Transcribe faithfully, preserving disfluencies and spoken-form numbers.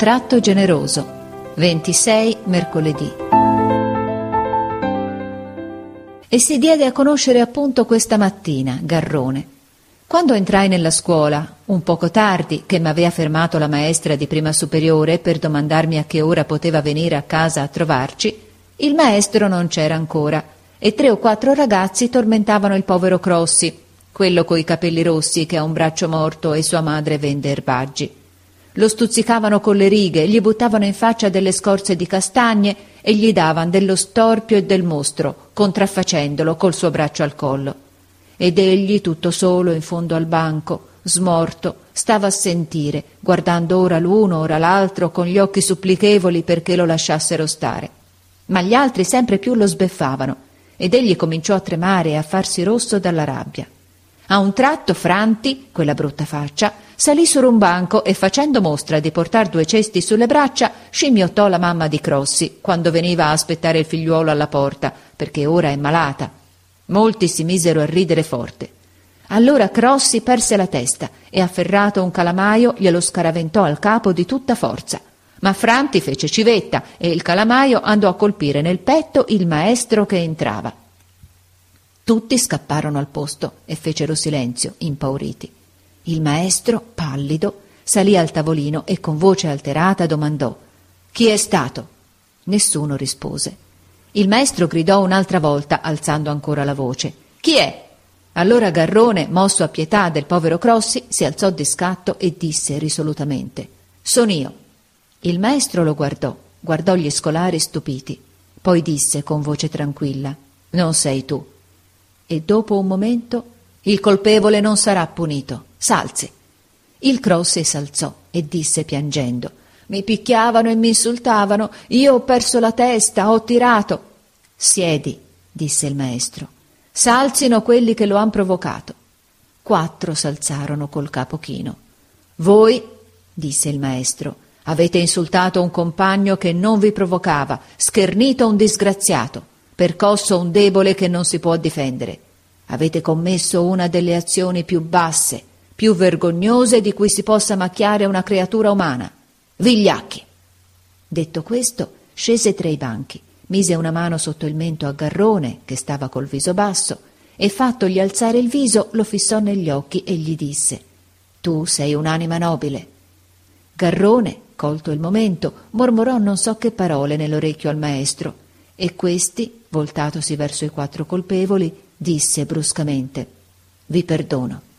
tratto generoso. ventisei mercoledì. E si diede a conoscere appunto questa mattina Garrone. Quando entrai nella scuola, un poco tardi, che m'aveva fermato la maestra di prima superiore per domandarmi a che ora poteva venire a casa a trovarci, il maestro non c'era ancora e tre o quattro ragazzi tormentavano il povero Crossi, quello coi capelli rossi che ha un braccio morto e sua madre vende erbaggi. Lo stuzzicavano con le righe, gli buttavano in faccia delle scorze di castagne e gli davano dello storpio e del mostro, contraffacendolo col suo braccio al collo. Ed egli, tutto solo in fondo al banco, smorto, stava a sentire, guardando ora l'uno ora l'altro con gli occhi supplichevoli perché lo lasciassero stare. Ma gli altri sempre più lo sbeffavano ed egli cominciò a tremare e a farsi rosso dalla rabbia. A un tratto Franti, quella brutta faccia, salì su un banco e, facendo mostra di portar due cesti sulle braccia, scimmiottò la mamma di Crossi quando veniva a aspettare il figliuolo alla porta, perché ora è malata. Molti si misero a ridere forte. Allora Crossi perse la testa e, afferrato un calamaio, glielo scaraventò al capo di tutta forza. Ma Franti fece civetta e il calamaio andò a colpire nel petto il maestro che entrava. Tutti scapparono al posto e fecero silenzio, impauriti. Il maestro, pallido, salì al tavolino e con voce alterata domandò: «Chi è stato?» Nessuno rispose. Il maestro gridò un'altra volta, alzando ancora la voce: «Chi è?» Allora Garrone, mosso a pietà del povero Crossi, si alzò di scatto e disse risolutamente: «Sono io». Il maestro lo guardò, guardò gli scolari stupiti, poi disse con voce tranquilla: «Non sei tu». E dopo un momento: «Il colpevole non sarà punito. S'alzi». Il Crossi s'alzò e disse piangendo: «Mi picchiavano e mi insultavano, io ho perso la testa, ho tirato». «Siedi», disse il maestro, «s'alzino quelli che lo han provocato». Quattro s'alzarono col capo chino. «Voi», disse il maestro, «avete insultato un compagno che non vi provocava, schernito un disgraziato, percosso un debole che non si può difendere. Avete commesso una delle azioni più basse, più vergognose di cui si possa macchiare una creatura umana. Vigliacchi!» Detto questo, scese tra i banchi, mise una mano sotto il mento a Garrone, che stava col viso basso, e fattogli alzare il viso lo fissò negli occhi e gli disse: «Tu sei un'anima nobile». Garrone, colto il momento, mormorò non so che parole nell'orecchio al maestro, e questi, voltatosi verso i quattro colpevoli, disse bruscamente: «Vi perdono».